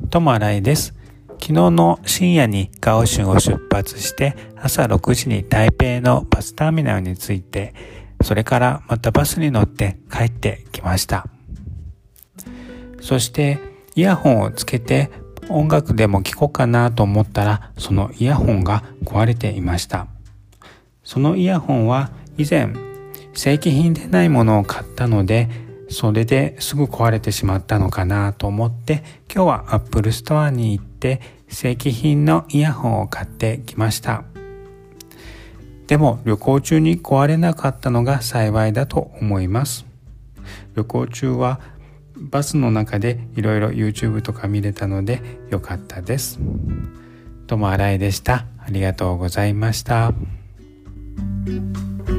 友新井です。昨日の深夜にカオシュンを出発して朝6時に台北のバスターミナルに着いて、それからまたバスに乗って帰ってきました。そしてイヤホンをつけて音楽でも聴こうかなと思ったら、そのイヤホンが壊れていました。そのイヤホンは以前正規品でないものを買ったので、それですぐ壊れてしまったのかなと思って、今日はアップルストアに行って正規品のイヤホンを買ってきました。でも旅行中に壊れなかったのが幸いだと思います。旅行中はバスの中でいろいろ YouTube とか見れたのでよかったです。どうも新井でした。ありがとうございました。